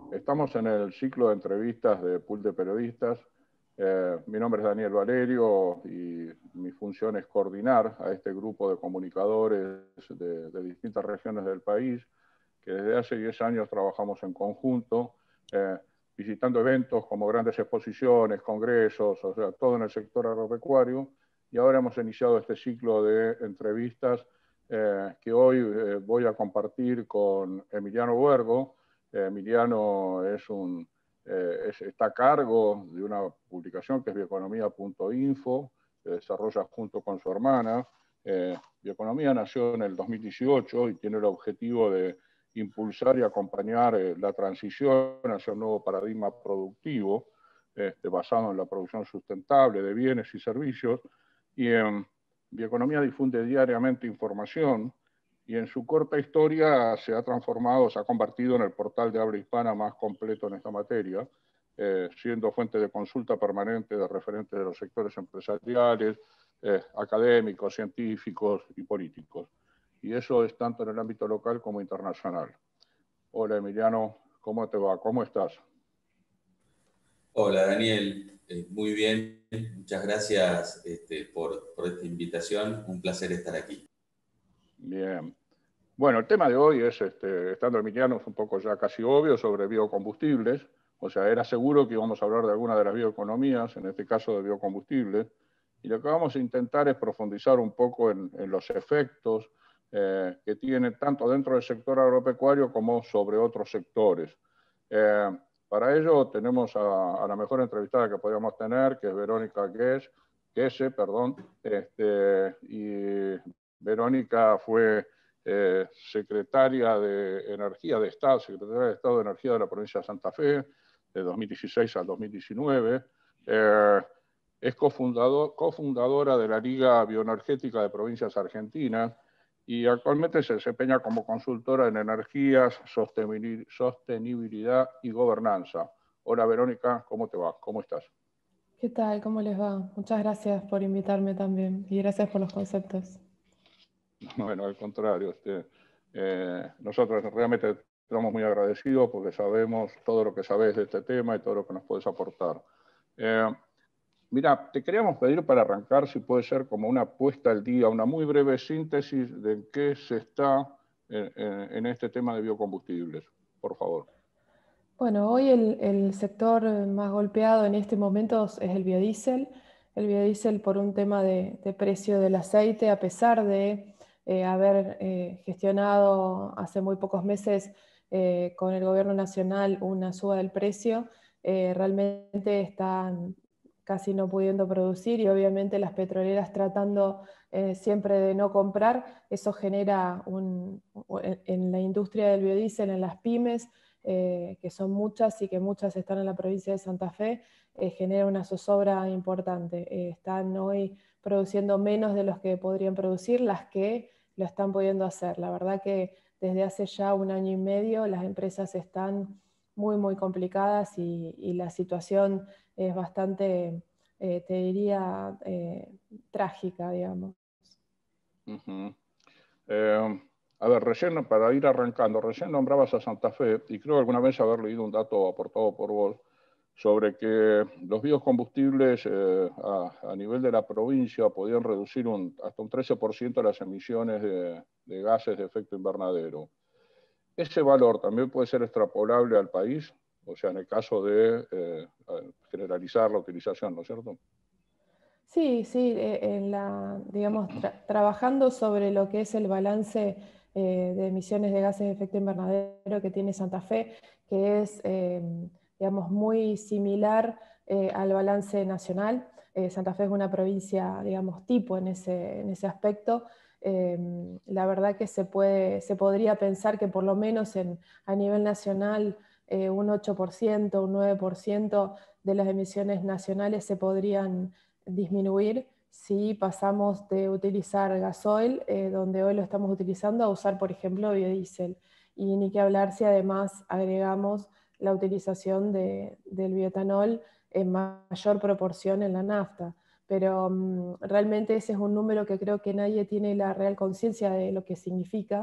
Estamos en el ciclo de entrevistas de Pool de Periodistas. Mi nombre es Daniel Valerio y mi función es coordinar a este grupo de comunicadores de distintas regiones del país, que desde hace 10 años trabajamos en conjunto, visitando eventos como grandes exposiciones, congresos, o sea, todo en el sector agropecuario. Y ahora hemos iniciado este ciclo de entrevistas que hoy voy a compartir con Emiliano Huergo. Emiliano está a cargo de una publicación que es bioeconomía.info, que desarrolla junto con su hermana. Bioeconomía nació en el 2018 y tiene el objetivo de impulsar y acompañar la transición hacia un nuevo paradigma productivo basado en la producción sustentable de bienes y servicios. Y Bioeconomía difunde diariamente información y en su corta historia se ha transformado, se ha convertido en el portal de habla hispana más completo en esta materia, siendo fuente de consulta permanente de referentes de los sectores empresariales, académicos, científicos y políticos. Y eso es tanto en el ámbito local como internacional. Hola Emiliano, ¿cómo te va? ¿Cómo estás? Hola Daniel, muy bien, muchas gracias por esta invitación, un placer estar aquí. Bien. Bueno, el tema de hoy es, estando Emiliano, es un poco ya casi obvio, sobre biocombustibles. O sea, era seguro que íbamos a hablar de alguna de las bioeconomías, en este caso de biocombustibles. Y lo que vamos a intentar es profundizar un poco en los efectos que tiene tanto dentro del sector agropecuario como sobre otros sectores. Eh, para ello tenemos a la mejor entrevistada que podíamos tener, que es Verónica Gese, perdón. Y Verónica fue secretaria de Energía de Estado, secretaria de Estado de Energía de la provincia de Santa Fe, de 2016 al 2019. Es cofundadora de la Liga Bioenergética de Provincias Argentinas y actualmente se desempeña como consultora en energías, sostenibilidad y gobernanza. Hola Verónica, ¿cómo te va? ¿Cómo estás? ¿Qué tal? ¿Cómo les va? Muchas gracias por invitarme también y gracias por los conceptos. Bueno, al contrario, nosotros realmente estamos muy agradecidos porque sabemos todo lo que sabes de este tema y todo lo que nos puedes aportar. Mira, te queríamos pedir para arrancar, si puede ser como una puesta al día, una muy breve síntesis de en qué se está en este tema de biocombustibles, por favor. Bueno, hoy el sector más golpeado en este momento es el biodiesel. El biodiesel por un tema de precio del aceite, a pesar de haber gestionado hace muy pocos meses con el gobierno nacional una suba del precio, realmente están casi no pudiendo producir y obviamente las petroleras tratando siempre de no comprar. Eso genera en la industria del biodiesel, en las pymes, que son muchas y que muchas están en la provincia de Santa Fe, genera una zozobra importante. Están hoy produciendo menos de los que podrían producir las que lo están pudiendo hacer. La verdad que desde hace ya 1 año y medio las empresas están muy complicadas y la situación es bastante, te diría, trágica, digamos. Uh-huh. A ver, recién, para ir arrancando, recién nombrabas a Santa Fe y creo alguna vez haber leído un dato aportado por vos sobre que los biocombustibles a nivel de la provincia podían reducir hasta un 13% las emisiones de gases de efecto invernadero. ¿Ese valor también puede ser extrapolable al país? O sea, en el caso de generalizar la utilización, ¿no es cierto? Sí, sí, digamos, trabajando sobre lo que es el balance de emisiones de gases de efecto invernadero que tiene Santa Fe, que es, digamos, muy similar al balance nacional. Santa Fe es una provincia, digamos, tipo en ese aspecto. La verdad que se podría pensar que por lo menos a nivel nacional un 8%, un 9% de las emisiones nacionales se podrían disminuir si pasamos de utilizar gasoil, donde hoy lo estamos utilizando, a usar, por ejemplo, biodiesel. Y ni que hablar si además agregamos la utilización del bioetanol en mayor proporción en la nafta. Pero realmente ese es un número que creo que nadie tiene la real conciencia de lo que significa.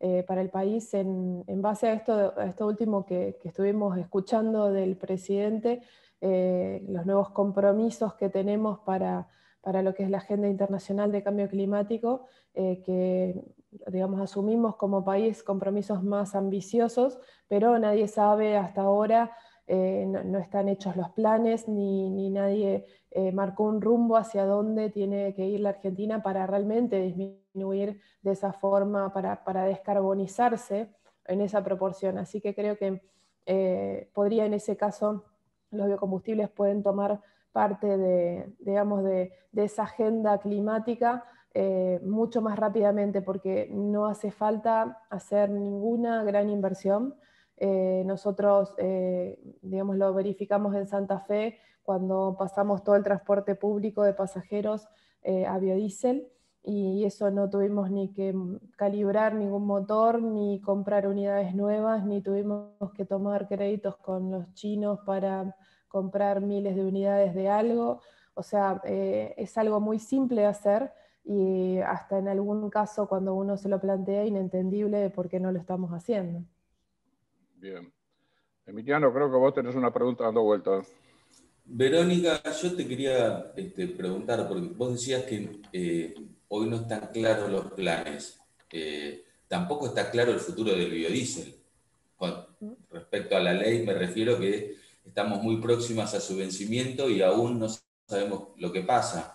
para el país en base a esto último que estuvimos escuchando del presidente, los nuevos compromisos que tenemos para lo que es la Agenda Internacional de Cambio Climático, que digamos, asumimos como país compromisos más ambiciosos, pero nadie sabe hasta ahora, no están hechos los planes, ni nadie marcó un rumbo hacia dónde tiene que ir la Argentina para realmente disminuir de esa forma, para descarbonizarse en esa proporción. Así que creo que podría en ese caso los biocombustibles pueden tomar parte digamos, de esa agenda climática mucho más rápidamente, porque no hace falta hacer ninguna gran inversión. Nosotros, digamos, lo verificamos en Santa Fe cuando pasamos todo el transporte público de pasajeros a biodiesel, y eso no tuvimos ni que calibrar ningún motor, ni comprar unidades nuevas, ni tuvimos que tomar créditos con los chinos para comprar miles de unidades de algo. O sea, es algo muy simple de hacer, y hasta en algún caso cuando uno se lo plantea inentendible de por qué no lo estamos haciendo. Bien. Emiliano, creo que vos tenés una pregunta dando vueltas. Verónica, yo te quería preguntar, porque vos decías que hoy no están claros los planes. Tampoco está claro el futuro del biodiesel. Con respecto a la ley, me refiero que estamos muy próximas a su vencimiento y aún no sabemos lo que pasa.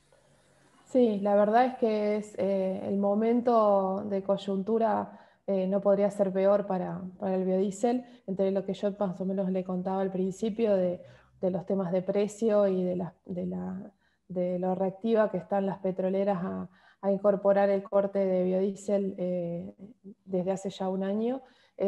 Sí, la verdad es que es el momento de coyuntura no podría ser peor para el biodiesel, entre lo que yo más o menos le contaba al principio de los temas de precio y de lo reactiva que están las petroleras a incorporar el corte de biodiesel desde hace ya un año.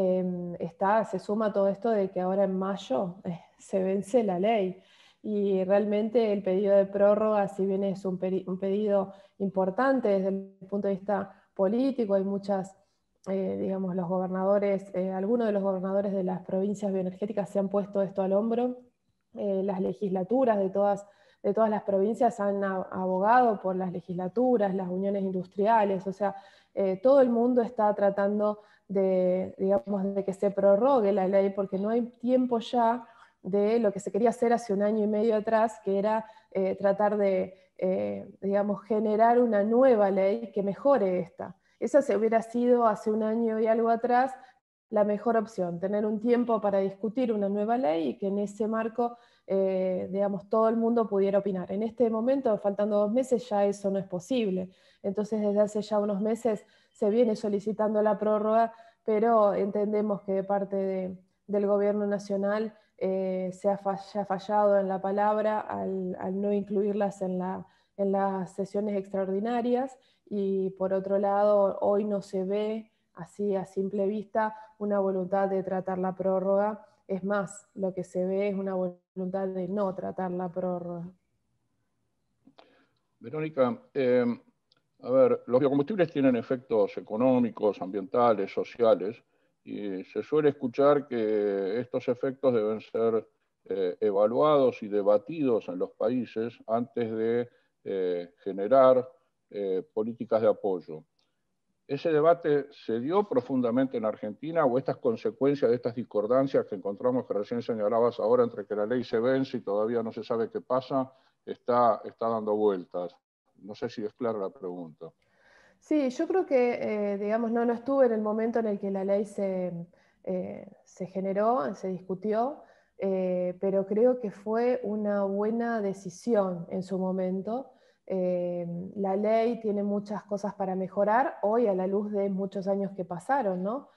Se suma todo esto de que ahora en mayo se vence la ley. Y realmente el pedido de prórroga, si bien es un pedido importante desde el punto de vista político, hay muchas, digamos, los gobernadores, algunos de los gobernadores de las provincias bioenergéticas se han puesto esto al hombro, las legislaturas de todas las provincias han abogado por las legislaturas, las uniones industriales, o sea, todo el mundo está tratando digamos, de que se prorrogue la ley, porque no hay tiempo ya de lo que se quería hacer hace un año y medio atrás, que era tratar de, digamos, generar una nueva ley que mejore esta. Esa se hubiera sido hace un año y algo atrás la mejor opción, tener un tiempo para discutir una nueva ley y que en ese marco, digamos, todo el mundo pudiera opinar. En este momento, faltando 2 meses, ya eso no es posible. Entonces, desde hace ya unos meses se viene solicitando la prórroga, pero entendemos que de parte del gobierno nacional se ha fallado en la palabra al no incluirlas en las sesiones extraordinarias, y por otro lado hoy no se ve así a simple vista una voluntad de tratar la prórroga. Es más, lo que se ve es una voluntad de no tratar la prórroga. Verónica, a ver, los biocombustibles tienen efectos económicos, ambientales, sociales, y se suele escuchar que estos efectos deben ser evaluados y debatidos en los países antes de generar políticas de apoyo. ¿Ese debate se dio profundamente en Argentina o estas consecuencias de estas discordancias que encontramos, que recién señalabas ahora, entre que la ley se vence y todavía no se sabe qué pasa, está dando vueltas? No sé si es clara la pregunta. Sí, yo creo que, digamos, no estuve en el momento en el que la ley se generó, se discutió, pero creo que fue una buena decisión en su momento. La ley tiene muchas cosas para mejorar hoy a la luz de muchos años que pasaron, ¿no?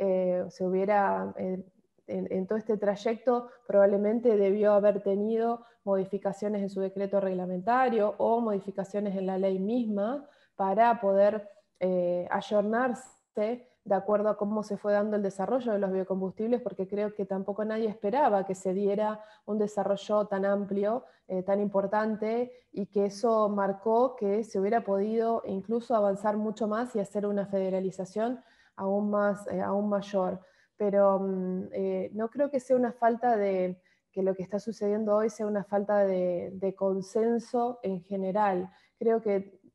En todo este trayecto probablemente debió haber tenido modificaciones en su decreto reglamentario o modificaciones en la ley misma para poder ayornarse de acuerdo a cómo se fue dando el desarrollo de los biocombustibles, porque creo que tampoco nadie esperaba que se diera un desarrollo tan amplio, tan importante, y que eso marcó que se hubiera podido incluso avanzar mucho más y hacer una federalización aún mayor. Pero no creo que sea una falta que lo que está sucediendo hoy sea una falta de consenso en general. Creo que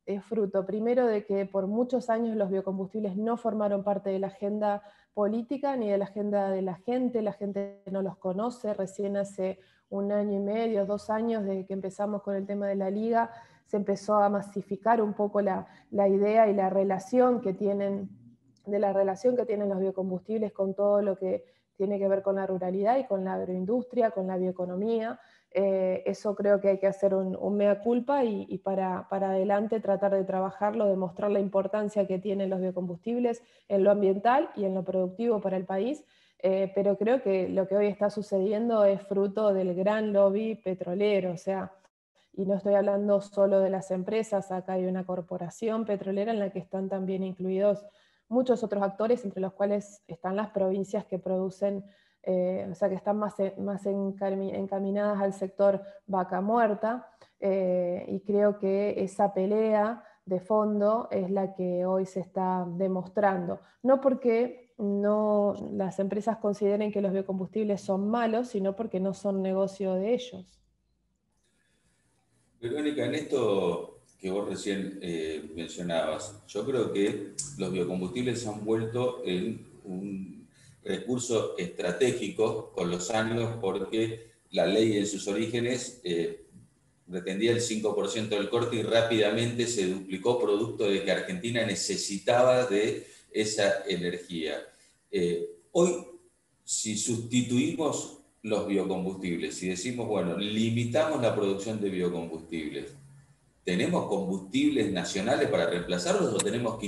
es fruto primero de que por muchos años los biocombustibles no formaron parte de la agenda política ni de la agenda de la gente no los conoce, recién hace 1 año y medio, 2 años desde que empezamos con el tema de la Liga, se empezó a masificar un poco la idea y la relación que tienen, los biocombustibles con todo lo que tiene que ver con la ruralidad y con la agroindustria, con la bioeconomía. Eso creo que hay que hacer un mea culpa y para adelante tratar de trabajarlo, demostrar la importancia que tienen los biocombustibles en lo ambiental y en lo productivo para el país, pero creo que lo que hoy está sucediendo es fruto del gran lobby petrolero, o sea, y no estoy hablando solo de las empresas, acá hay una corporación petrolera en la que están también incluidos muchos otros actores, entre los cuales están las provincias que producen, o sea, que están más encaminadas al sector vaca muerta, y creo que esa pelea de fondo es la que hoy se está demostrando. No porque las empresas consideren que los biocombustibles son malos, sino porque no son negocio de ellos. Verónica, en esto que vos recién mencionabas, yo creo que los biocombustibles se han vuelto en un recurso estratégico con los años porque la ley en sus orígenes pretendía el 5% del corte y rápidamente se duplicó producto de que Argentina necesitaba de esa energía. Hoy, si sustituimos los biocombustibles, si decimos, bueno, limitamos la producción de biocombustibles, ¿tenemos combustibles nacionales para reemplazarlos o tenemos que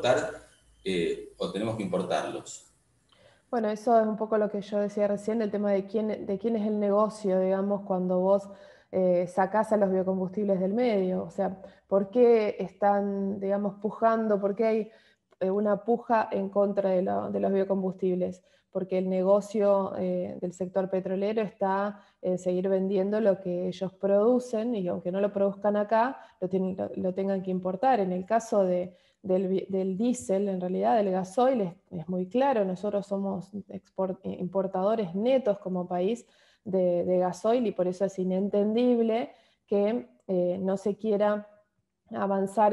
importarlos? Bueno, eso es un poco lo que yo decía recién, del tema de quién es el negocio, digamos, cuando vos sacás a los biocombustibles del medio. O sea, ¿por qué están, digamos, pujando? ¿Por qué hay una puja en contra de los biocombustibles? Porque el negocio del sector petrolero está en seguir vendiendo lo que ellos producen y aunque no lo produzcan acá, lo tengan que importar. En el caso del diésel, en realidad del gasoil, es muy claro, nosotros somos importadores netos como país de gasoil y por eso es inentendible que no se quiera avanzar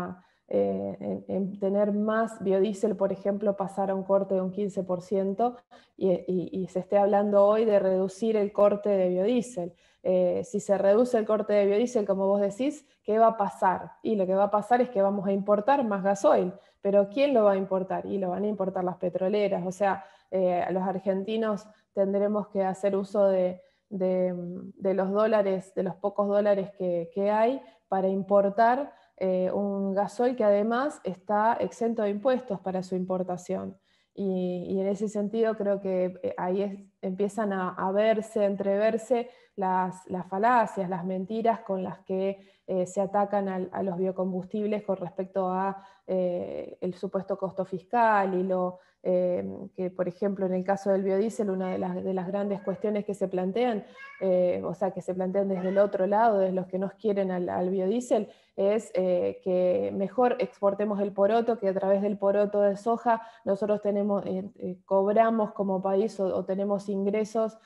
en tener más biodiesel, por ejemplo, pasar a un corte de un 15% y se esté hablando hoy de reducir el corte de biodiesel. Si se reduce el corte de biodiesel, como vos decís, ¿qué va a pasar? Y lo que va a pasar es que vamos a importar más gasoil. ¿Pero quién lo va a importar? Y lo van a importar las petroleras. O sea, los argentinos tendremos que hacer uso de los dólares, de los pocos dólares que hay para importar un gasoil que además está exento de impuestos para su importación. Y en ese sentido creo que ahí empiezan a verse, a entreverse las falacias, las mentiras con las que se atacan a los biocombustibles con respecto a el supuesto costo fiscal y que, por ejemplo, en el caso del biodiesel, una de las grandes cuestiones que se plantean, o sea, que se plantean desde el otro lado, desde los que nos quieren al biodiesel, es que mejor exportemos el poroto, que a través del poroto de soja nosotros cobramos como país o tenemos ingresos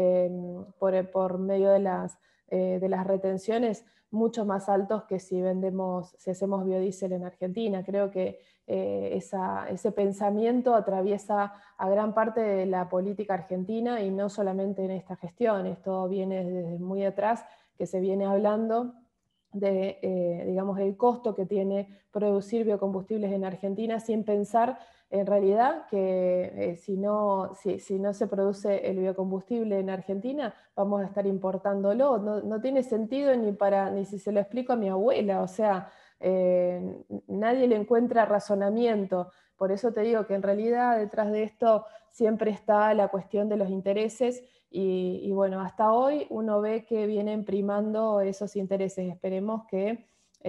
por medio de las retenciones mucho más altos que si hacemos biodiesel en Argentina. Creo que ese pensamiento atraviesa a gran parte de la política argentina y no solamente en esta gestión. Esto viene desde muy atrás, que se viene hablando digamos, el costo que tiene producir biocombustibles en Argentina sin pensar en realidad que si no se produce el biocombustible en Argentina, vamos a estar importándolo. No tiene sentido ni si se lo explico a mi abuela, o sea, nadie le encuentra razonamiento. Por eso te digo que en realidad detrás de esto siempre está la cuestión de los intereses y bueno, hasta hoy uno ve que vienen primando esos intereses. Esperemos que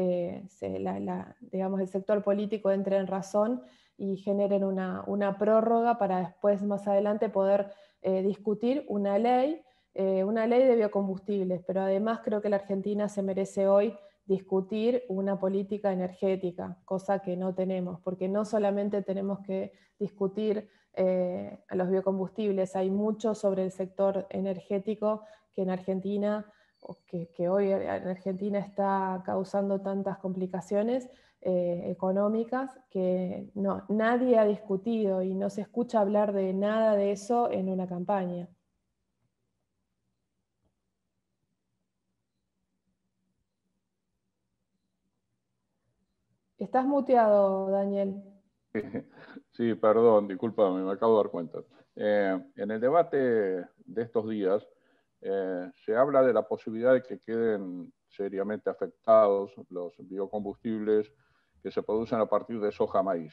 digamos, el sector político entre en razón y generen una prórroga para después, más adelante, poder discutir una ley de biocombustibles. Pero además creo que la Argentina se merece hoy discutir una política energética, cosa que no tenemos, porque no solamente tenemos que discutir a los biocombustibles, hay mucho sobre el sector energético que en Argentina que hoy en Argentina está causando tantas complicaciones económicas que nadie ha discutido y no se escucha hablar de nada de eso en una campaña. Estás muteado, Daniel. Sí, perdón, discúlpame, me acabo de dar cuenta. En el debate de estos días se habla de la posibilidad de que queden seriamente afectados los biocombustibles que se producen a partir de soja maíz.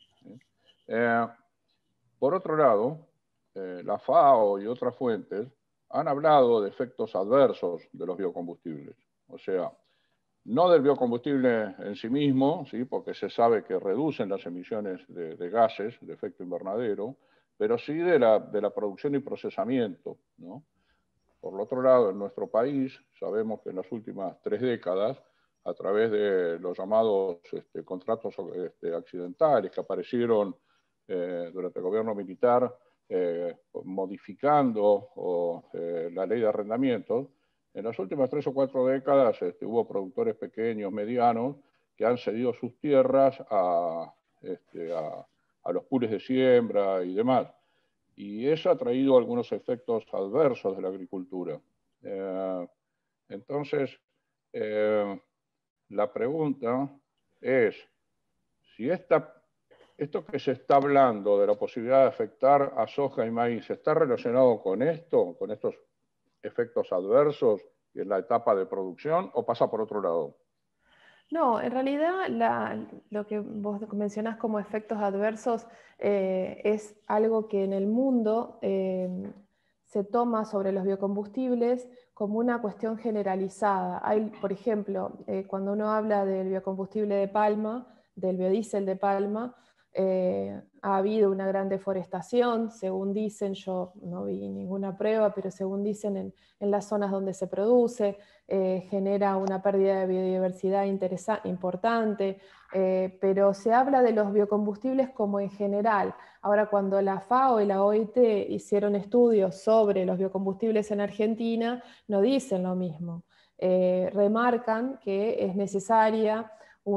Por otro lado, la FAO y otras fuentes han hablado de efectos adversos de los biocombustibles. O sea, no del biocombustible en sí mismo, ¿sí? Porque se sabe que reducen las emisiones de gases de efecto invernadero, pero sí de la producción y procesamiento, ¿no? Por el otro lado, en nuestro país, sabemos que en las últimas 3 décadas, a través de los llamados contratos accidentales que aparecieron durante el gobierno militar, modificando la ley de arrendamientos, en las últimas 3 o 4 décadas hubo productores pequeños, medianos, que han cedido sus tierras a los pools de siembra y demás. Y eso ha traído algunos efectos adversos de la agricultura. Entonces, la pregunta es, si esto que se está hablando de la posibilidad de afectar a soja y maíz, ¿está relacionado con esto, con estos efectos adversos en la etapa de producción, o pasa por otro lado? No, en realidad lo que vos mencionás como efectos adversos es algo que en el mundo se toma sobre los biocombustibles como una cuestión generalizada. Hay, por ejemplo, cuando uno habla del biocombustible de palma, del biodiesel de palma, ha habido una gran deforestación, según dicen, yo no vi ninguna prueba, pero según dicen en las zonas donde se produce, genera una pérdida de biodiversidad importante, pero se habla de los biocombustibles como en general. Ahora, cuando la FAO y la OIT hicieron estudios sobre los biocombustibles en Argentina, no dicen lo mismo. Remarcan que es necesaria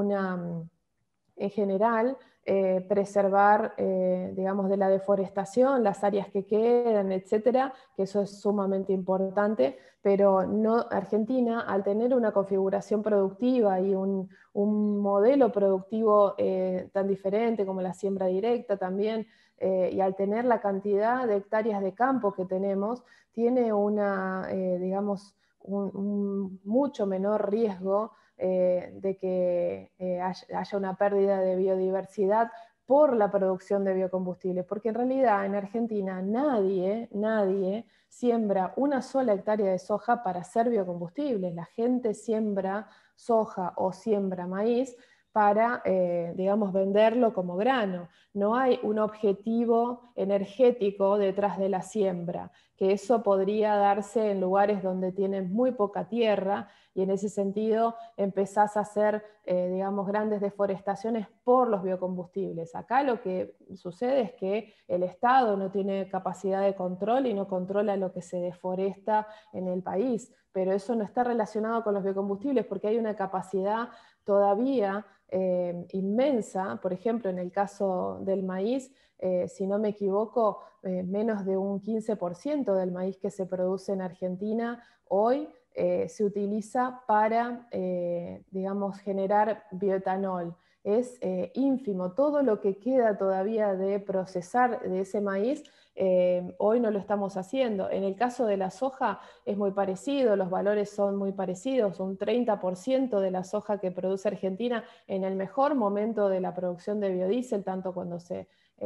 en general, preservar, digamos, de la deforestación, las áreas que quedan, etcétera, que eso es sumamente importante, pero no, Argentina, al tener una configuración productiva y un modelo productivo tan diferente como la siembra directa también, y al tener la cantidad de hectáreas de campo que tenemos, tiene digamos, un mucho menor riesgo de que haya una pérdida de biodiversidad por la producción de biocombustibles, porque en realidad en Argentina nadie siembra una sola hectárea de soja para hacer biocombustibles. La gente siembra soja o siembra maíz para, digamos, venderlo como grano. No hay un objetivo energético detrás de la siembra, que eso podría darse en lugares donde tienen muy poca tierra, y en ese sentido empezás a hacer, digamos, grandes deforestaciones por los biocombustibles. Acá lo que sucede es que el Estado no tiene capacidad de control y no controla lo que se deforesta en el país, pero eso no está relacionado con los biocombustibles porque hay una capacidad todavía inmensa. Por ejemplo, en el caso del maíz, si no me equivoco, menos de un 15% del maíz que se produce en Argentina hoy se utiliza para, digamos, generar bioetanol. Es ínfimo. Todo lo que queda todavía de procesar de ese maíz, hoy no lo estamos haciendo. En el caso de la soja es muy parecido, los valores son muy parecidos. Un 30% de la soja que produce Argentina en el mejor momento de la producción de biodiesel, tanto cuando se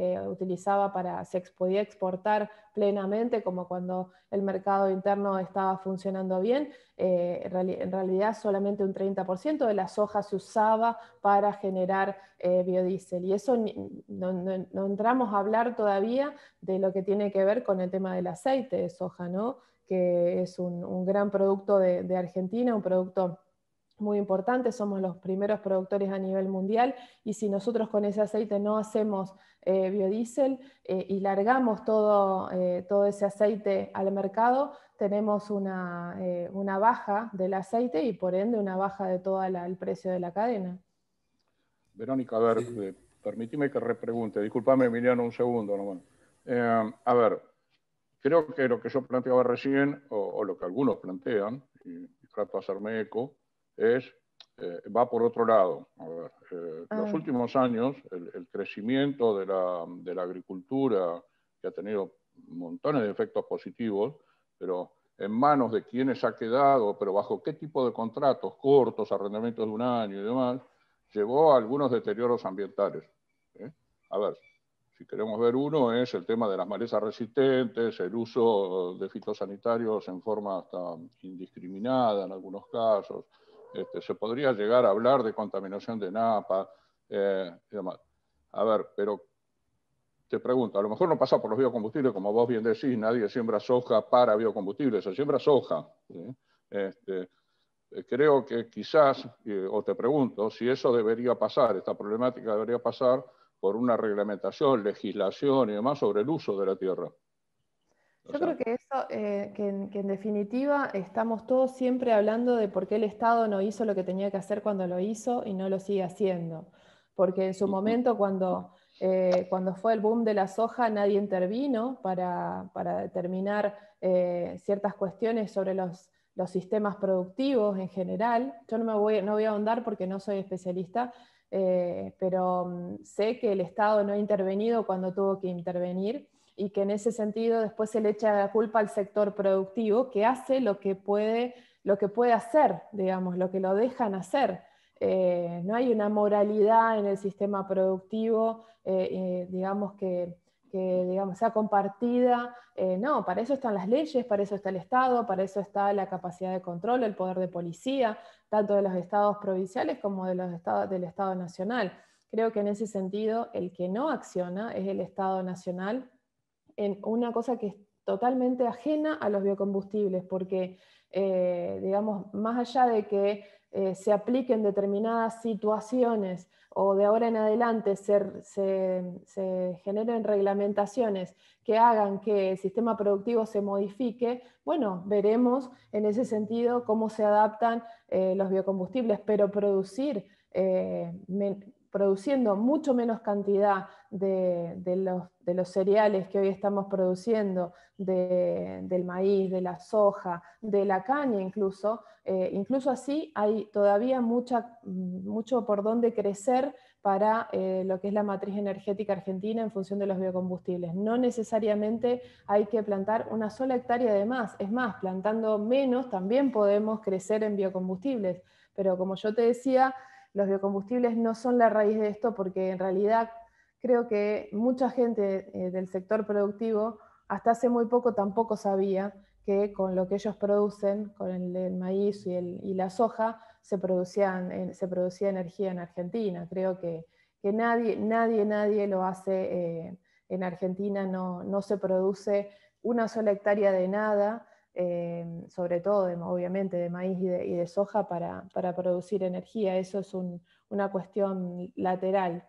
se podía exportar plenamente como cuando el mercado interno estaba funcionando bien. En realidad solamente un 30% de la soja se usaba para generar biodiesel, y eso no entramos a hablar todavía de lo que tiene que ver con el tema del aceite de soja, ¿no? Que es un gran producto de Argentina, un producto muy importante, somos los primeros productores a nivel mundial, y si nosotros con ese aceite no hacemos biodiesel y largamos todo ese aceite al mercado, tenemos una baja del aceite y por ende una baja de todo el precio de la cadena. Verónica, a ver, permíteme que repregunte, discúlpame Emiliano un segundo nomás. A ver, creo que lo que yo planteaba recién, o lo que algunos plantean, y trato de hacerme eco, va por otro lado. A ver, los últimos años, el crecimiento de la agricultura, que ha tenido montones de efectos positivos, pero en manos de quienes ha quedado, pero bajo qué tipo de contratos cortos, arrendamientos de un año y demás, llevó a algunos deterioros ambientales. A ver, si queremos ver uno, es el tema de las malezas resistentes, el uso de fitosanitarios en forma hasta indiscriminada en algunos casos. Se podría llegar a hablar de contaminación de napa y demás. A ver, pero te pregunto, a lo mejor no pasa por los biocombustibles, como vos bien decís, nadie siembra soja para biocombustibles, se siembra soja. Creo que quizás, o te pregunto, si eso debería pasar, esta problemática debería pasar por una reglamentación, legislación y demás sobre el uso de la tierra. Yo creo que eso, que en definitiva estamos todos siempre hablando de por qué el Estado no hizo lo que tenía que hacer cuando lo hizo y no lo sigue haciendo. Porque en su momento, cuando fue el boom de la soja, nadie intervino para determinar ciertas cuestiones sobre los sistemas productivos en general. Yo no voy a ahondar porque no soy especialista, pero sé que el Estado no ha intervenido cuando tuvo que intervenir, y que en ese sentido después se le echa la culpa al sector productivo, que hace lo que puede hacer, digamos, lo que lo dejan hacer. No hay una moralidad en el sistema productivo, digamos, que sea compartida. No, para eso están las leyes, para eso está el Estado, para eso está la capacidad de control, el poder de policía, tanto de los estados provinciales como del Estado nacional. Creo que en ese sentido el que no acciona es el Estado nacional, en una cosa que es totalmente ajena a los biocombustibles, porque, digamos, más allá de que se apliquen determinadas situaciones o de ahora en adelante se generen reglamentaciones que hagan que el sistema productivo se modifique, bueno, veremos en ese sentido cómo se adaptan los biocombustibles, pero produciendo mucho menos cantidad de los cereales que hoy estamos produciendo, del maíz, de la soja, de la caña incluso así hay todavía mucho por donde crecer para lo que es la matriz energética argentina en función de los biocombustibles. No necesariamente hay que plantar una sola hectárea de más, es más, plantando menos también podemos crecer en biocombustibles, pero como yo te decía, los biocombustibles no son la raíz de esto, porque en realidad creo que mucha gente del sector productivo hasta hace muy poco tampoco sabía que con lo que ellos producen, con el maíz y la soja, se producía energía en Argentina. Creo que nadie lo hace en Argentina, no se produce una sola hectárea de nada, sobre todo obviamente de maíz y de soja para producir energía. Eso es una cuestión lateral.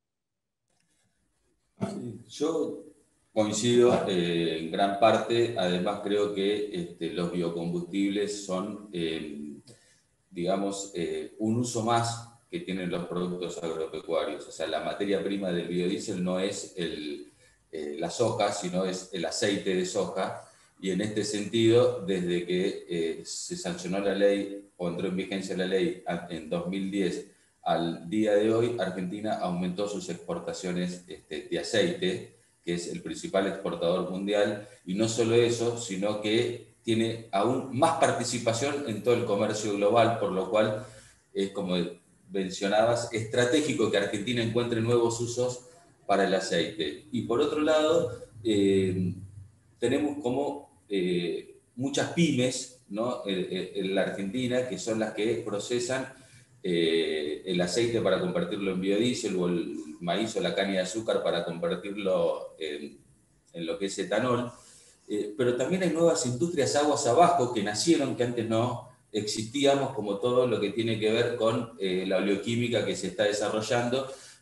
Yo coincido en gran parte. Además creo que los biocombustibles son, digamos, un uso más que tienen los productos agropecuarios. O sea, la materia prima del biodiesel no es la soja, sino es el aceite de soja. Y en este sentido, desde que se sancionó la ley o entró en vigencia la ley en 2010 al día de hoy, Argentina aumentó sus exportaciones de aceite, que es el principal exportador mundial, y no solo eso, sino que tiene aún más participación en todo el comercio global, por lo cual es, como mencionabas, estratégico que Argentina encuentre nuevos usos para el aceite. Y por otro lado, tenemos como muchas pymes, ¿no?, en la Argentina, que son las que procesan el aceite para convertirlo en biodiesel, o el maíz o la caña de azúcar para convertirlo en lo que es etanol. Pero también hay nuevas industrias aguas abajo que nacieron, que antes no existíamos, como todo lo que tiene que ver con la oleoquímica que se está desarrollando,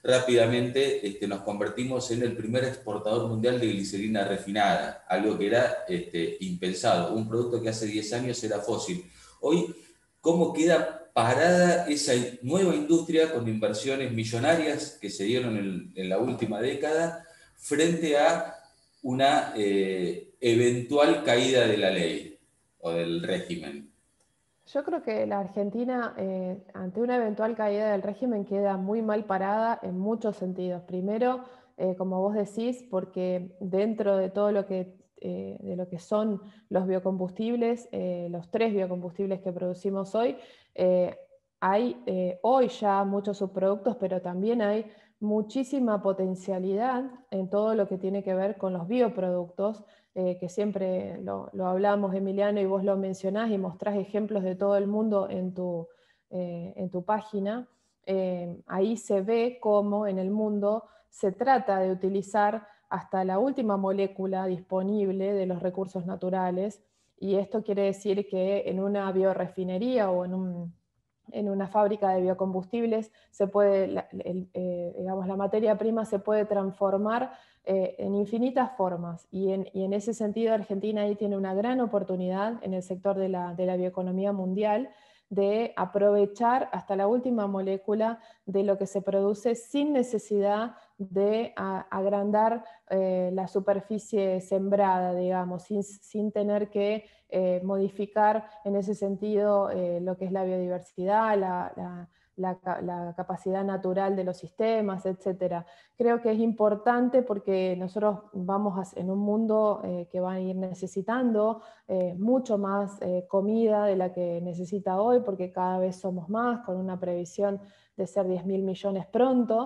rápidamente nos convertimos en el primer exportador mundial de glicerina refinada, algo que era impensado, un producto que hace 10 años era fósil. Hoy, ¿cómo queda parada esa nueva industria con inversiones millonarias que se dieron en la última década frente a una eventual caída de la ley o del régimen? Yo creo que la Argentina, ante una eventual caída del régimen, queda muy mal parada en muchos sentidos. Primero, como vos decís, porque dentro de todo de lo que son los biocombustibles, los 3 biocombustibles que producimos hoy, hay hoy ya muchos subproductos, pero también hay muchísima potencialidad en todo lo que tiene que ver con los bioproductos, que siempre lo hablamos, Emiliano, y vos lo mencionás y mostrás ejemplos de todo el mundo en tu página. Ahí se ve cómo en el mundo se trata de utilizar hasta la última molécula disponible de los recursos naturales, y esto quiere decir que en una biorefinería o en una fábrica de biocombustibles se puede, digamos, la materia prima se puede transformar en infinitas formas, y en ese sentido Argentina ahí tiene una gran oportunidad en el sector de la bioeconomía mundial de aprovechar hasta la última molécula de lo que se produce sin necesidad de agrandar la superficie sembrada, digamos, sin tener que modificar en ese sentido lo que es la biodiversidad, la capacidad natural de los sistemas, etc. Creo que es importante porque nosotros vamos en un mundo que va a ir necesitando mucho más comida de la que necesita hoy, porque cada vez somos más, con una previsión de ser 10.000 millones pronto.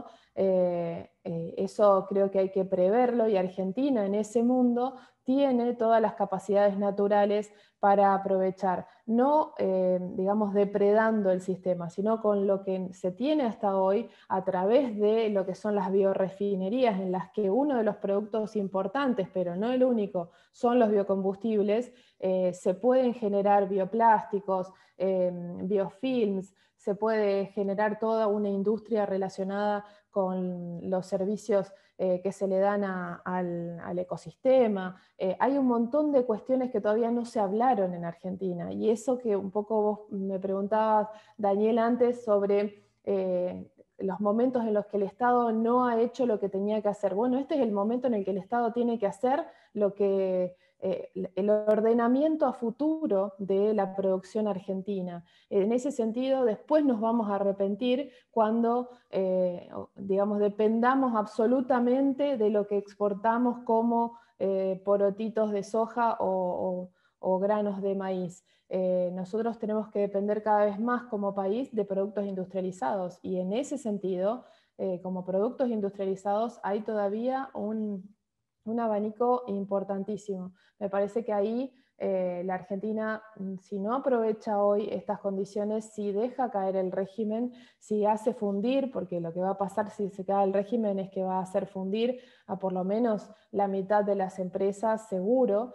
Eso creo que hay que preverlo, y Argentina en ese mundo tiene todas las capacidades naturales para aprovechar, no digamos depredando el sistema, sino con lo que se tiene hasta hoy a través de lo que son las biorefinerías, en las que uno de los productos importantes, pero no el único, son los biocombustibles. Se pueden generar bioplásticos, biofilms, se puede generar toda una industria relacionada con los servicios que se le dan al ecosistema. Hay un montón de cuestiones que todavía no se hablaron en Argentina, y eso que un poco vos me preguntabas, Daniel, antes sobre los momentos en los que el Estado no ha hecho lo que tenía que hacer. Bueno, este es el momento en el que el Estado tiene que hacer lo que el ordenamiento a futuro de la producción argentina. En ese sentido, después nos vamos a arrepentir cuando, digamos, dependamos absolutamente de lo que exportamos como porotitos de soja o granos de maíz. Nosotros tenemos que depender cada vez más como país de productos industrializados, y en ese sentido, como productos industrializados, hay todavía un abanico importantísimo. Me parece que ahí la Argentina, si no aprovecha hoy estas condiciones, si deja caer el régimen, si hace fundir, porque lo que va a pasar si se cae el régimen es que va a hacer fundir a por lo menos la mitad de las empresas, seguro.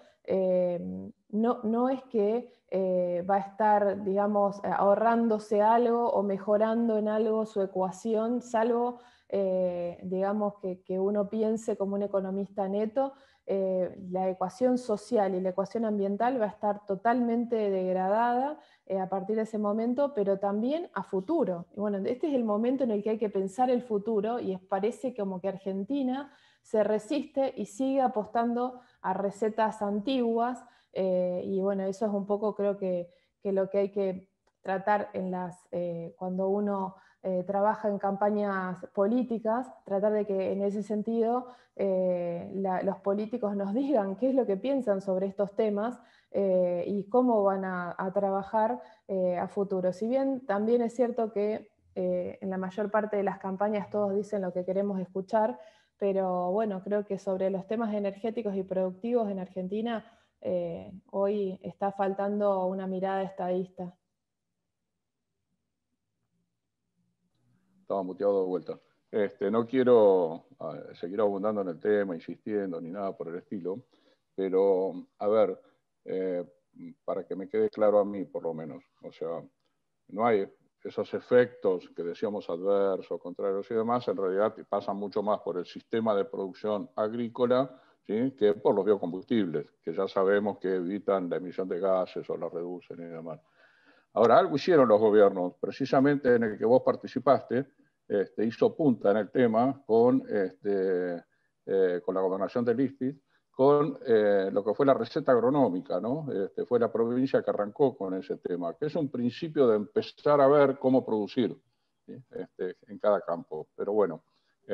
No es que va a estar, digamos, ahorrándose algo o mejorando en algo su ecuación, salvo digamos que uno piense como un economista neto. La ecuación social y la ecuación ambiental va a estar totalmente degradada a partir de ese momento, pero también a futuro. Y bueno, este es el momento en el que hay que pensar el futuro, y parece como que Argentina se resiste y sigue apostando a recetas antiguas, y bueno, eso es un poco, creo que lo que hay que tratar cuando uno trabaja en campañas políticas, tratar de que en ese sentido los políticos nos digan qué es lo que piensan sobre estos temas y cómo van a trabajar a futuro. Si bien también es cierto que en la mayor parte de las campañas todos dicen lo que queremos escuchar, pero bueno, creo que sobre los temas energéticos y productivos en Argentina hoy está faltando una mirada estadista. Estaba muteado de vuelta. No quiero seguir abundando en el tema, insistiendo, ni nada por el estilo, pero, a ver, para que me quede claro a mí, por lo menos, o sea, no hay esos efectos que decíamos adversos, contrarios y demás, en realidad pasan mucho más por el sistema de producción agrícola, ¿sí?, que por los biocombustibles, que ya sabemos que evitan la emisión de gases o la reducen y demás. Ahora, algo hicieron los gobiernos, precisamente en el que vos participaste, hizo punta en el tema con la gobernación del ISPI, con lo que fue la receta agronómica, ¿no? Fue la provincia que arrancó con ese tema, que es un principio de empezar a ver cómo producir, ¿sí?, en cada campo. Pero bueno,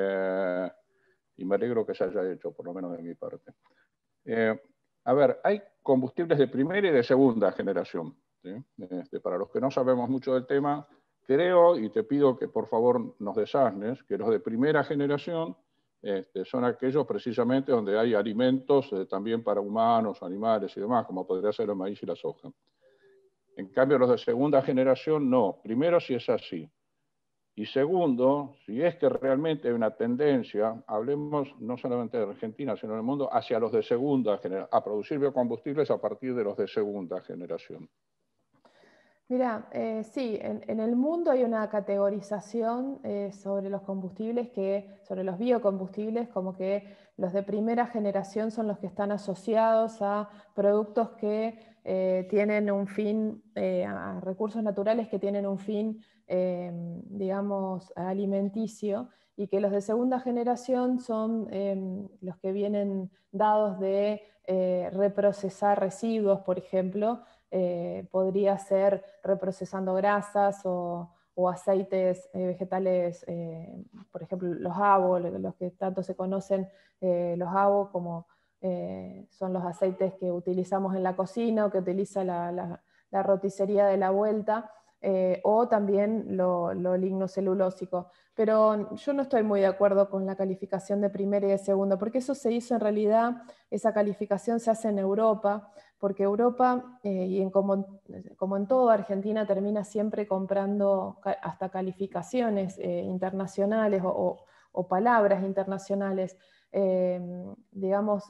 y me alegro que se haya hecho, por lo menos de mi parte. A ver, hay combustibles de primera y de segunda generación, ¿sí? Para los que no sabemos mucho del tema, creo, y te pido que por favor nos desasnes, que los de primera generación son aquellos precisamente donde hay alimentos también para humanos, animales y demás, como podría ser el maíz y la soja. En cambio, los de segunda generación no. Primero, si es así. Y segundo, si es que realmente hay una tendencia, hablemos no solamente de Argentina, sino del mundo, hacia los de segunda generación, a producir biocombustibles a partir de los de segunda generación. Mira, sí, en el mundo hay una categorización sobre los combustibles, sobre los biocombustibles, como que los de primera generación son los que están asociados a productos que tienen un fin, a recursos naturales que tienen un fin, digamos, alimenticio, y que los de segunda generación son los que vienen dados de reprocesar residuos, por ejemplo. Podría ser reprocesando grasas o aceites vegetales, por ejemplo, los AVO, los que tanto se conocen, los AVO, como son los aceites que utilizamos en la cocina o que utiliza la roticería de la vuelta, o también lo lignocelulósico. Pero yo no estoy muy de acuerdo con la calificación de primera y de segunda, porque eso se hizo en realidad, esa calificación se hace en Europa, porque Europa, como en todo, Argentina termina siempre comprando hasta calificaciones internacionales o palabras internacionales. Digamos,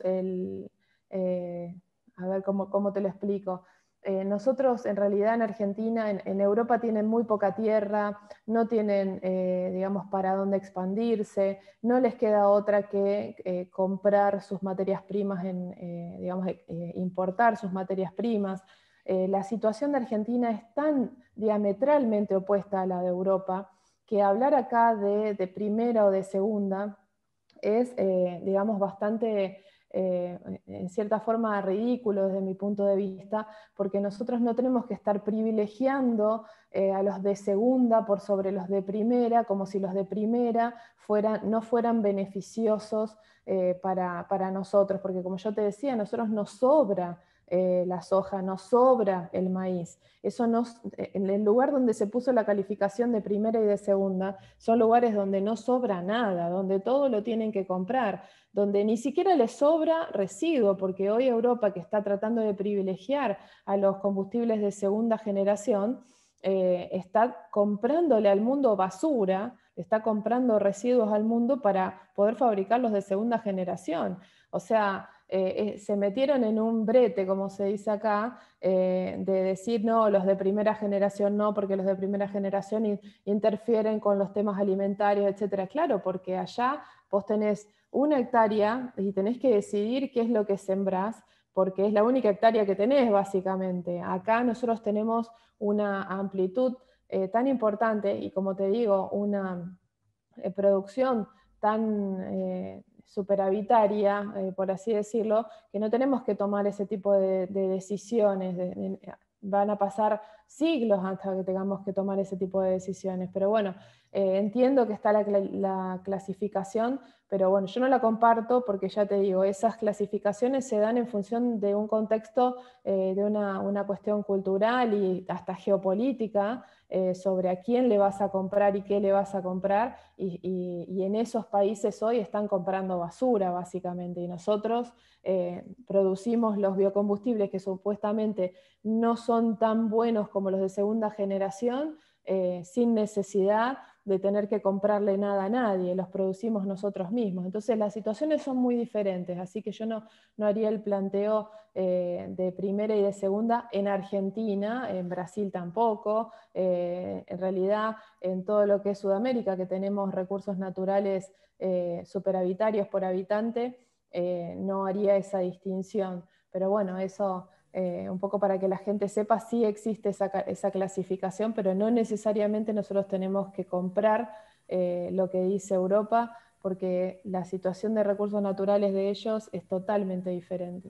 a ver cómo te lo explico. Nosotros en realidad en Argentina, en Europa tienen muy poca tierra, no tienen, digamos, para dónde expandirse, no les queda otra que comprar sus materias primas, digamos, importar sus materias primas. La situación de Argentina es tan diametralmente opuesta a la de Europa que hablar acá de primera o de segunda es, digamos, bastante, en cierta forma, ridículo desde mi punto de vista, porque nosotros no tenemos que estar privilegiando a los de segunda por sobre los de primera, como si los de primera no fueran beneficiosos para nosotros, porque como yo te decía, a nosotros nos sobra la soja, nos sobra el maíz. En el lugar donde se puso la calificación de primera y de segunda, son lugares donde no sobra nada, donde todo lo tienen que comprar, donde ni siquiera les sobra residuo, porque hoy Europa, que está tratando de privilegiar a los combustibles de segunda generación, está comprándole al mundo basura, está comprando residuos al mundo para poder fabricar los de segunda generación. O sea, se metieron en un brete, como se dice acá, de decir, no, los de primera generación no, porque los de primera generación interfieren con los temas alimentarios, etc. Claro, porque allá vos tenés 1 hectárea y tenés que decidir qué es lo que sembrás, porque es la única hectárea que tenés, básicamente. Acá nosotros tenemos una amplitud tan importante y, como te digo, una producción tan superavitaria, por así decirlo, que no tenemos que tomar ese tipo de decisiones. Van a pasar siglos hasta que tengamos que tomar ese tipo de decisiones. Pero bueno, entiendo que está la clasificación, pero bueno, yo no la comparto porque ya te digo, esas clasificaciones se dan en función de un contexto, de una cuestión cultural y hasta geopolítica, sobre a quién le vas a comprar y qué le vas a comprar, y en esos países hoy están comprando basura, básicamente, y nosotros producimos los biocombustibles que supuestamente no son tan buenos como los de segunda generación, sin necesidad de tener que comprarle nada a nadie, los producimos nosotros mismos. Entonces las situaciones son muy diferentes, así que yo no haría el planteo de primera y de segunda en Argentina, en Brasil tampoco, en realidad en todo lo que es Sudamérica, que tenemos recursos naturales superhabitarios por habitante, no haría esa distinción. Pero bueno, eso un poco para que la gente sepa, sí existe esa clasificación, pero no necesariamente nosotros tenemos que comprar lo que dice Europa, porque la situación de recursos naturales de ellos es totalmente diferente.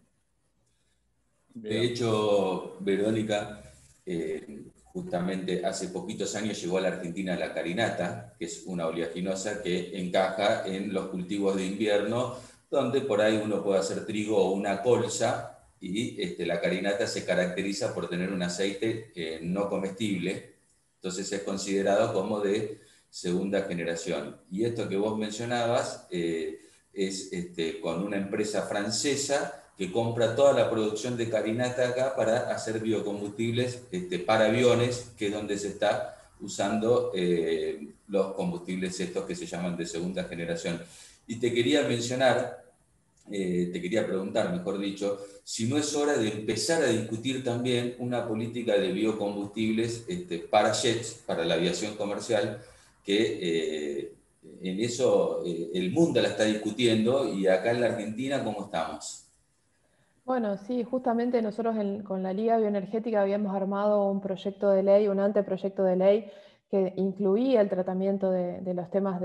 De hecho, Verónica, justamente hace poquitos años llegó a la Argentina la carinata, que es una oleaginosa que encaja en los cultivos de invierno, donde por ahí uno puede hacer trigo o una colza, y la carinata se caracteriza por tener un aceite no comestible, entonces es considerado como de segunda generación. Y esto que vos mencionabas es con una empresa francesa que compra toda la producción de carinata acá para hacer biocombustibles para aviones, que es donde se está usando los combustibles estos que se llaman de segunda generación. Y te quería mencionar, te quería preguntar, mejor dicho, si no es hora de empezar a discutir también una política de biocombustibles para jets, para la aviación comercial, que en eso el mundo la está discutiendo, y acá en la Argentina, ¿cómo estamos? Bueno, sí, justamente nosotros con la Liga Bioenergética habíamos armado un proyecto de ley, un anteproyecto de ley que incluía el tratamiento de los temas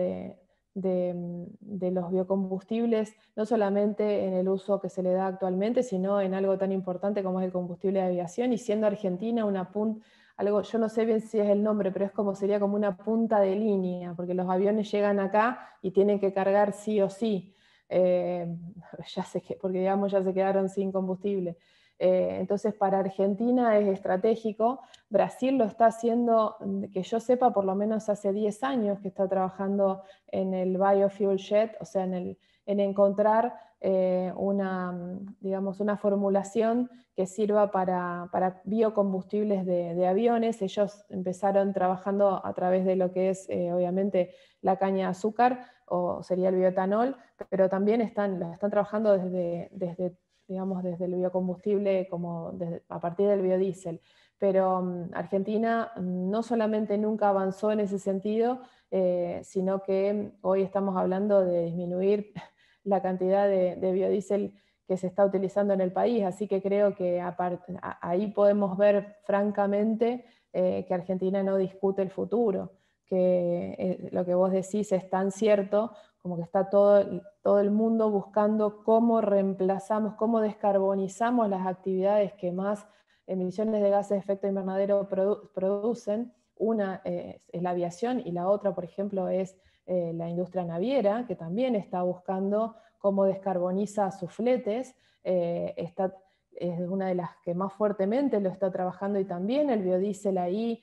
de los biocombustibles, no solamente en el uso que se le da actualmente, sino en algo tan importante como es el combustible de aviación, y siendo Argentina algo, yo no sé bien si es el nombre, pero sería como una punta de línea, porque los aviones llegan acá y tienen que cargar sí o sí. Eh, porque digamos ya se quedaron sin combustible. Entonces para Argentina es estratégico. Brasil lo está haciendo, que yo sepa, por lo menos hace 10 años que está trabajando en el biofuel jet, o sea, en encontrar digamos, una formulación que sirva para biocombustibles de aviones. Ellos empezaron trabajando a través de lo que es, obviamente, la caña de azúcar, o sería el bioetanol, pero también lo están trabajando digamos, desde el biocombustible, a partir del biodiesel. Pero Argentina no solamente nunca avanzó en ese sentido, sino que hoy estamos hablando de disminuir la cantidad de biodiesel que se está utilizando en el país, así que creo que ahí podemos ver francamente que Argentina no discute el futuro, que lo que vos decís es tan cierto, como que está todo el mundo buscando cómo reemplazamos, cómo descarbonizamos las actividades que más emisiones de gases de efecto invernadero producen. Una es la aviación, y la otra, por ejemplo, es la industria naviera, que también está buscando cómo descarboniza sus fletes. Es una de las que más fuertemente lo está trabajando, y también el biodiesel ahí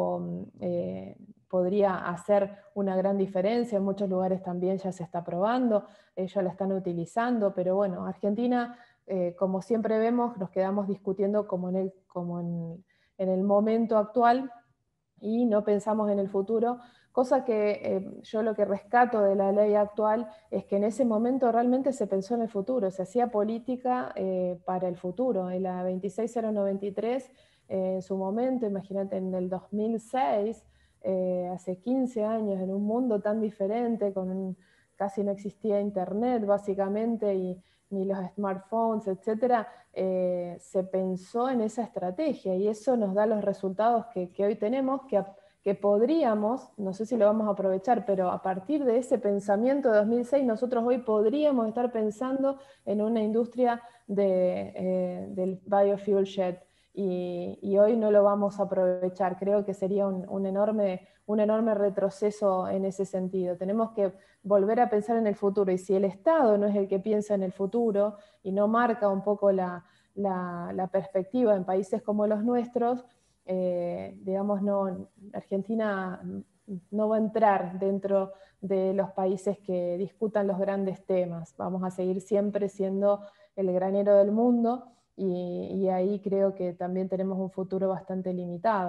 podría hacer una gran diferencia. En muchos lugares también ya se está probando, ya la están utilizando, pero bueno, Argentina, como siempre vemos, nos quedamos discutiendo como en el momento actual, y no pensamos en el futuro, cosa que yo lo que rescato de la ley actual es que en ese momento realmente se pensó en el futuro, se hacía política para el futuro. En la 26093, en su momento, imagínate, en el 2006, hace 15 años, en un mundo tan diferente, casi no existía internet básicamente, ni los smartphones, etcétera, se pensó en esa estrategia, y eso nos da los resultados que hoy tenemos, que podríamos, no sé si lo vamos a aprovechar, pero a partir de ese pensamiento de 2006, nosotros hoy podríamos estar pensando en una industria del biofuel jet, y hoy no lo vamos a aprovechar. Creo que sería un enorme retroceso en ese sentido. Tenemos que volver a pensar en el futuro, y si el Estado no es el que piensa en el futuro y no marca un poco la perspectiva en países como los nuestros, digamos, Argentina no va a entrar dentro de los países que discutan los grandes temas. Vamos a seguir siempre siendo el granero del mundo, y ahí creo que también tenemos un futuro bastante limitado.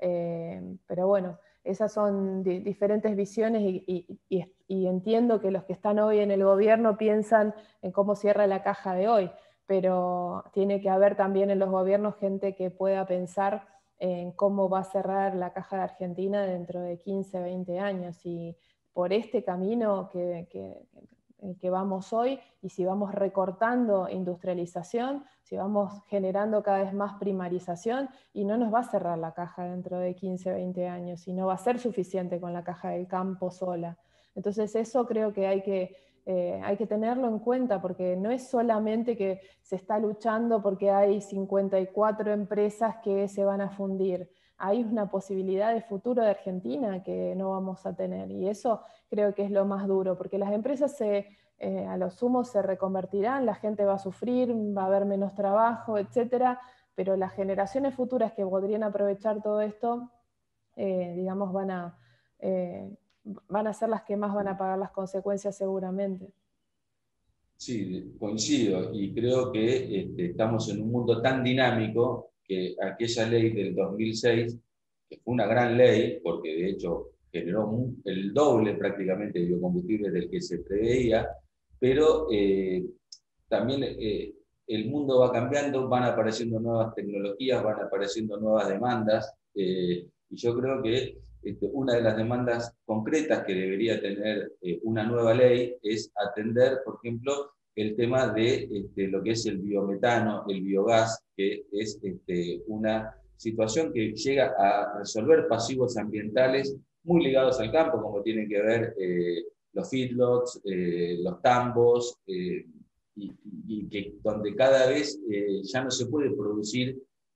Pero bueno, esas son diferentes visiones y entiendo que los que están hoy en el gobierno piensan en cómo cierra la caja de hoy, pero tiene que haber también en los gobiernos gente que pueda pensar en cómo va a cerrar la caja de Argentina dentro de 15, 20 años, y por este camino que vamos hoy, y si vamos recortando industrialización, si vamos generando cada vez más primarización, y no nos va a cerrar la caja dentro de 15, 20 años, y no va a ser suficiente con la caja del campo sola. Entonces eso creo que hay que tenerlo en cuenta, porque no es solamente que se está luchando porque hay 54 empresas que se van a fundir. Hay una posibilidad de futuro de Argentina que no vamos a tener, y eso creo que es lo más duro, porque las empresas a lo sumo se reconvertirán, la gente va a sufrir, va a haber menos trabajo, etcétera, pero las generaciones futuras que podrían aprovechar todo esto, digamos, van a ser las que más van a pagar las consecuencias seguramente. Sí, coincido y creo que estamos en un mundo tan dinámico que aquella ley del 2006, que fue una gran ley, porque de hecho generó el doble prácticamente de biocombustibles del que se preveía, pero también el mundo va cambiando, van apareciendo nuevas tecnologías, van apareciendo nuevas demandas, y yo creo que una de las demandas concretas que debería tener una nueva ley es atender, por ejemplo, el tema de lo que es el biometano, el biogás, que es una situación que llega a resolver pasivos ambientales muy ligados al campo, como tienen que ver los feedlots, los tambos, y que donde cada vez ya no se puede producir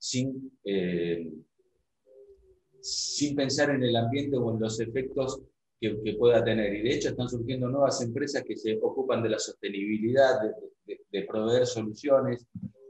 sin pensar en el ambiente o en los efectos que pueda tener. Y de hecho están surgiendo nuevas empresas que se ocupan de la sostenibilidad, de proveer soluciones.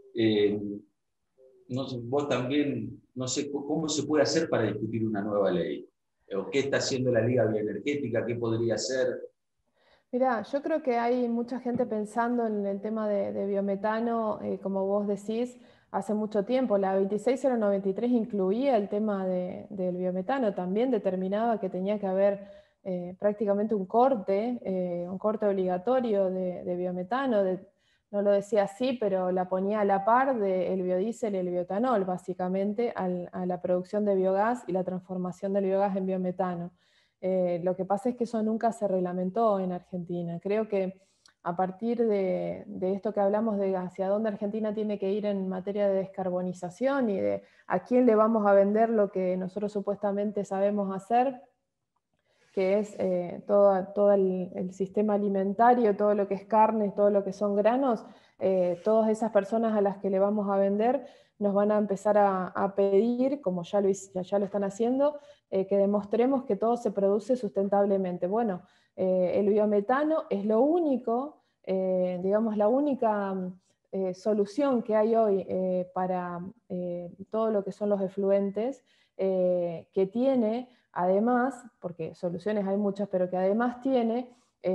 No sé, vos también, no sé cómo se puede hacer para discutir una nueva ley, o qué está haciendo la Liga Bioenergética, qué podría hacer. Mirá, yo creo que hay mucha gente pensando en el tema de biometano, como vos decís, hace mucho tiempo. La 26093 incluía el tema del biometano, también determinaba que tenía que haber prácticamente un corte obligatorio de biometano. No lo decía así, pero la ponía a la par del biodiesel y el bioetanol, básicamente, a la producción de biogás y la transformación del biogás en biometano. Lo que pasa es que eso nunca se reglamentó en Argentina. Creo que a partir de esto que hablamos de hacia dónde Argentina tiene que ir en materia de descarbonización y de a quién le vamos a vender lo que nosotros supuestamente sabemos hacer, que es todo el sistema alimentario, todo lo que es carne, todo lo que son granos, todas esas personas a las que le vamos a vender nos van a empezar a pedir, como ya lo están haciendo, que demostremos que todo se produce sustentablemente. Bueno, el biometano es lo único, digamos, la única solución que hay hoy para todo lo que son los efluentes, que tiene además, porque soluciones hay muchas, pero que además tiene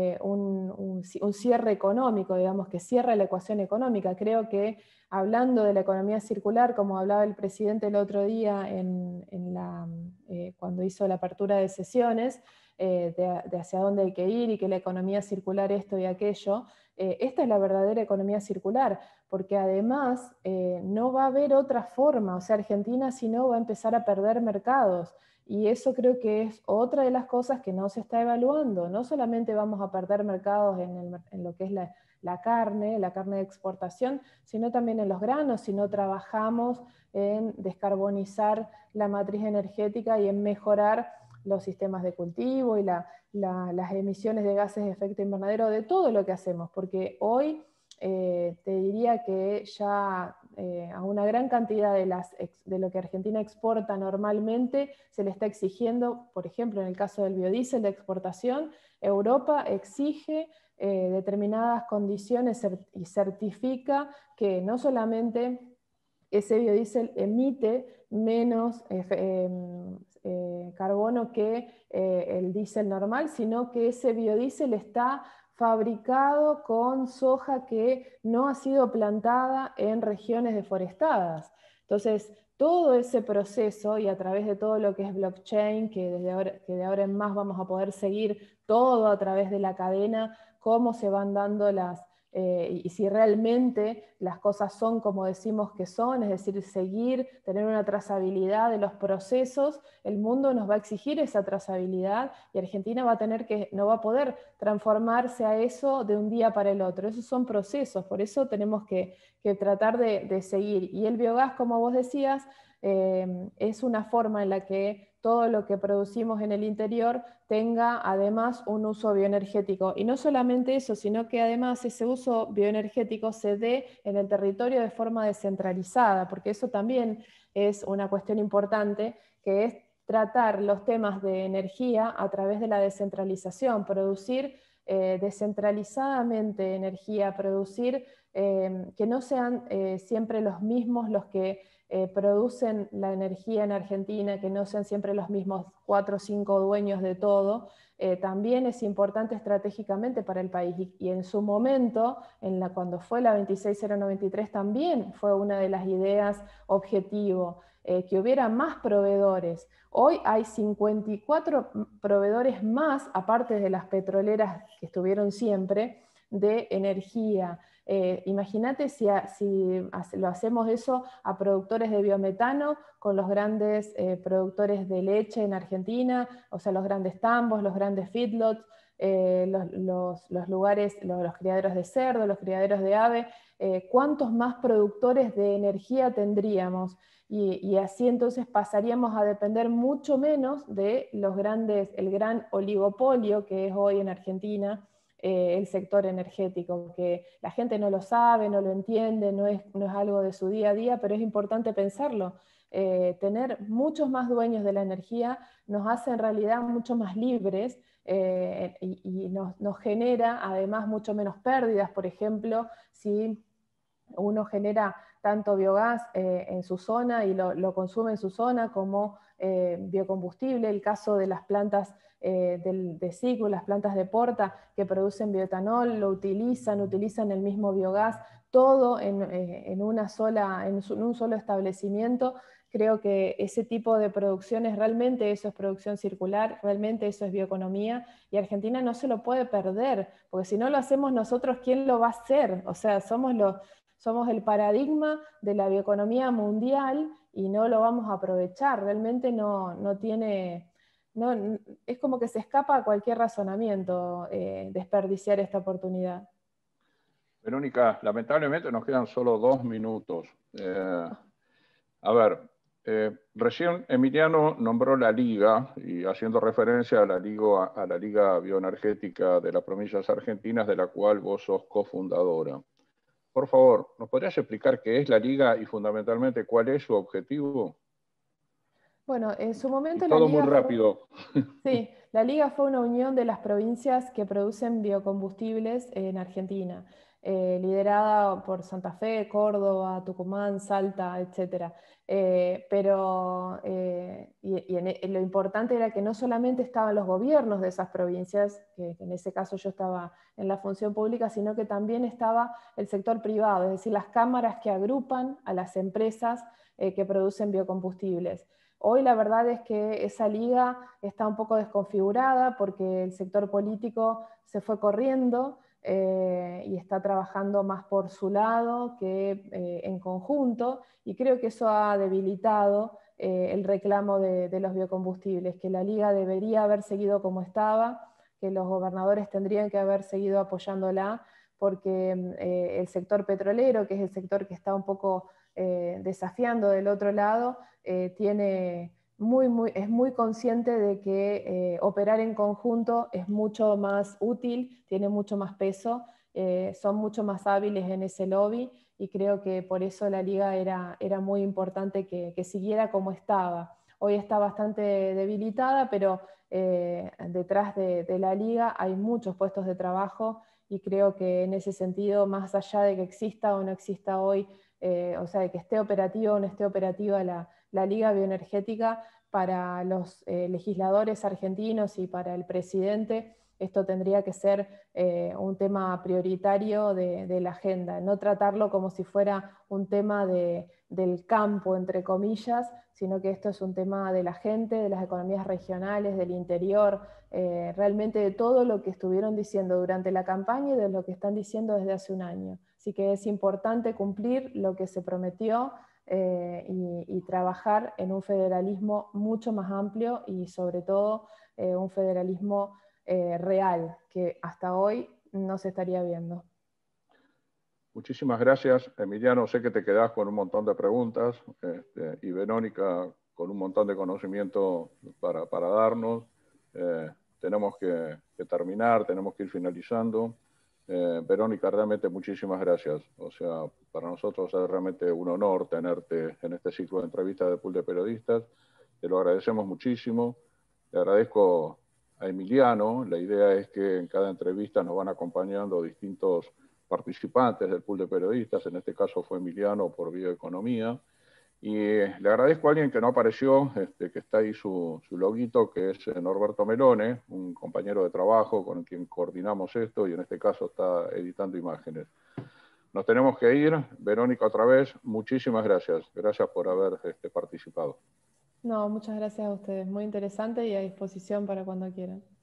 un cierre económico, digamos, que cierra la ecuación económica. Creo que hablando de la economía circular, como hablaba el presidente el otro día cuando hizo la apertura de sesiones, de hacia dónde hay que ir y que la economía circular esto y aquello, esta es la verdadera economía circular, porque además no va a haber otra forma, o sea, Argentina si no va a empezar a perder mercados. Y eso creo que es otra de las cosas que no se está evaluando. No solamente vamos a perder mercados en lo que es la carne de exportación, sino también en los granos, si no trabajamos en descarbonizar la matriz energética y en mejorar los sistemas de cultivo y las emisiones de gases de efecto invernadero de todo lo que hacemos. Porque hoy te diría que ya a una gran cantidad de lo que Argentina exporta normalmente se le está exigiendo, por ejemplo, en el caso del biodiesel de exportación, Europa exige determinadas condiciones y certifica que no solamente ese biodiesel emite menos carbono que el diésel normal, sino que ese biodiesel está fabricado con soja que no ha sido plantada en regiones deforestadas. Entonces, todo ese proceso y a través de todo lo que es blockchain, que de ahora en más vamos a poder seguir todo a través de la cadena, cómo se van dando y si realmente las cosas son como decimos que son, es decir, tener una trazabilidad de los procesos, el mundo nos va a exigir esa trazabilidad y Argentina no va a poder transformarse a eso de un día para el otro. Esos son procesos, por eso tenemos que tratar de seguir. Y el biogás, como vos decías, es una forma en la que todo lo que producimos en el interior tenga además un uso bioenergético. Y no solamente eso, sino que además ese uso bioenergético se dé en el territorio de forma descentralizada, porque eso también es una cuestión importante, que es tratar los temas de energía a través de la descentralización, producir descentralizadamente energía, producir que no sean siempre los mismos los que producen la energía en Argentina, que no sean siempre los mismos 4 o 5 dueños de todo, también es importante estratégicamente para el país. Y en su momento, cuando fue la 26093, también fue una de las ideas objetivo, que hubiera más proveedores. Hoy hay 54 proveedores más, aparte de las petroleras que estuvieron siempre, de energía. Imagínate si lo hacemos eso a productores de biometano con los grandes productores de leche en Argentina, o sea, los grandes tambos, los grandes feedlots, los lugares, los criaderos de cerdo, los criaderos de ave, ¿cuántos más productores de energía tendríamos? Y así entonces pasaríamos a depender mucho menos de el gran oligopolio que es hoy en Argentina, el sector energético, que la gente no lo sabe, no lo entiende, no es algo de su día a día, pero es importante pensarlo. Tener muchos más dueños de la energía nos hace en realidad mucho más libres y nos genera además mucho menos pérdidas. Por ejemplo, si uno genera tanto biogás en su zona y lo consume en su zona como biocombustible, el caso de las plantas de ciclo, las plantas de Porta que producen bioetanol, lo utilizan el mismo biogás, todo en un solo establecimiento. Creo que ese tipo de producciones, realmente eso es producción circular, realmente eso es bioeconomía, y Argentina no se lo puede perder, porque si no lo hacemos nosotros, ¿quién lo va a hacer? O sea, somos el paradigma de la bioeconomía mundial y no lo vamos a aprovechar. Realmente no tiene, es como que se escapa a cualquier razonamiento desperdiciar esta oportunidad. Verónica, lamentablemente nos quedan solo 2 minutos. A ver, recién Emiliano nombró la Liga, y haciendo referencia a la Liga Bioenergética de las Provincias Argentinas, de la cual vos sos cofundadora. Por favor, ¿nos podrías explicar qué es la Liga y fundamentalmente cuál es su objetivo? Bueno, en su momento todo muy rápido. Sí, la Liga fue una unión de las provincias que producen biocombustibles en Argentina, liderada por Santa Fe, Córdoba, Tucumán, Salta, etc. Lo importante era que no solamente estaban los gobiernos de esas provincias, que en ese caso yo estaba en la función pública, sino que también estaba el sector privado, es decir, las cámaras que agrupan a las empresas que producen biocombustibles. Hoy la verdad es que esa liga está un poco desconfigurada porque el sector político se fue corriendo y está trabajando más por su lado que en conjunto, y creo que eso ha debilitado el reclamo de los biocombustibles, que la liga debería haber seguido como estaba, que los gobernadores tendrían que haber seguido apoyándola, porque el sector petrolero, que es el sector que está un poco desafiando del otro lado, es muy consciente de que operar en conjunto es mucho más útil, tiene mucho más peso, son mucho más hábiles en ese lobby, y creo que por eso la liga era muy importante que siguiera como estaba. Hoy está bastante debilitada, pero detrás de la liga hay muchos puestos de trabajo, y creo que en ese sentido, más allá de que exista o no exista hoy, o sea, de que esté operativa o no esté operativa la Liga Bioenergética, para los legisladores argentinos y para el presidente esto tendría que ser un tema prioritario de la agenda, no tratarlo como si fuera un tema del campo, entre comillas, sino que esto es un tema de la gente, de las economías regionales, del interior, realmente de todo lo que estuvieron diciendo durante la campaña y de lo que están diciendo desde hace un año. Así que es importante cumplir lo que se prometió y trabajar en un federalismo mucho más amplio y sobre todo un federalismo real, que hasta hoy no se estaría viendo. Muchísimas gracias, Emiliano. Sé que te quedás con un montón de preguntas y Verónica con un montón de conocimiento para darnos. Tenemos que terminar, tenemos que ir finalizando. Verónica, realmente muchísimas gracias. O sea, para nosotros es realmente un honor tenerte en este ciclo de entrevistas de Pool de Periodistas. Te lo agradecemos muchísimo. Le agradezco a Emiliano. La idea es que en cada entrevista nos van acompañando distintos participantes del pool de periodistas, en este caso fue Emiliano por Bioeconomía, y le agradezco a alguien que no apareció, que está ahí su loguito, que es Norberto Melone, un compañero de trabajo con quien coordinamos esto, y en este caso está editando imágenes. Nos tenemos que ir. Verónica, otra vez, muchísimas gracias. Gracias por haber participado. No, muchas gracias a ustedes. Muy interesante y a disposición para cuando quieran.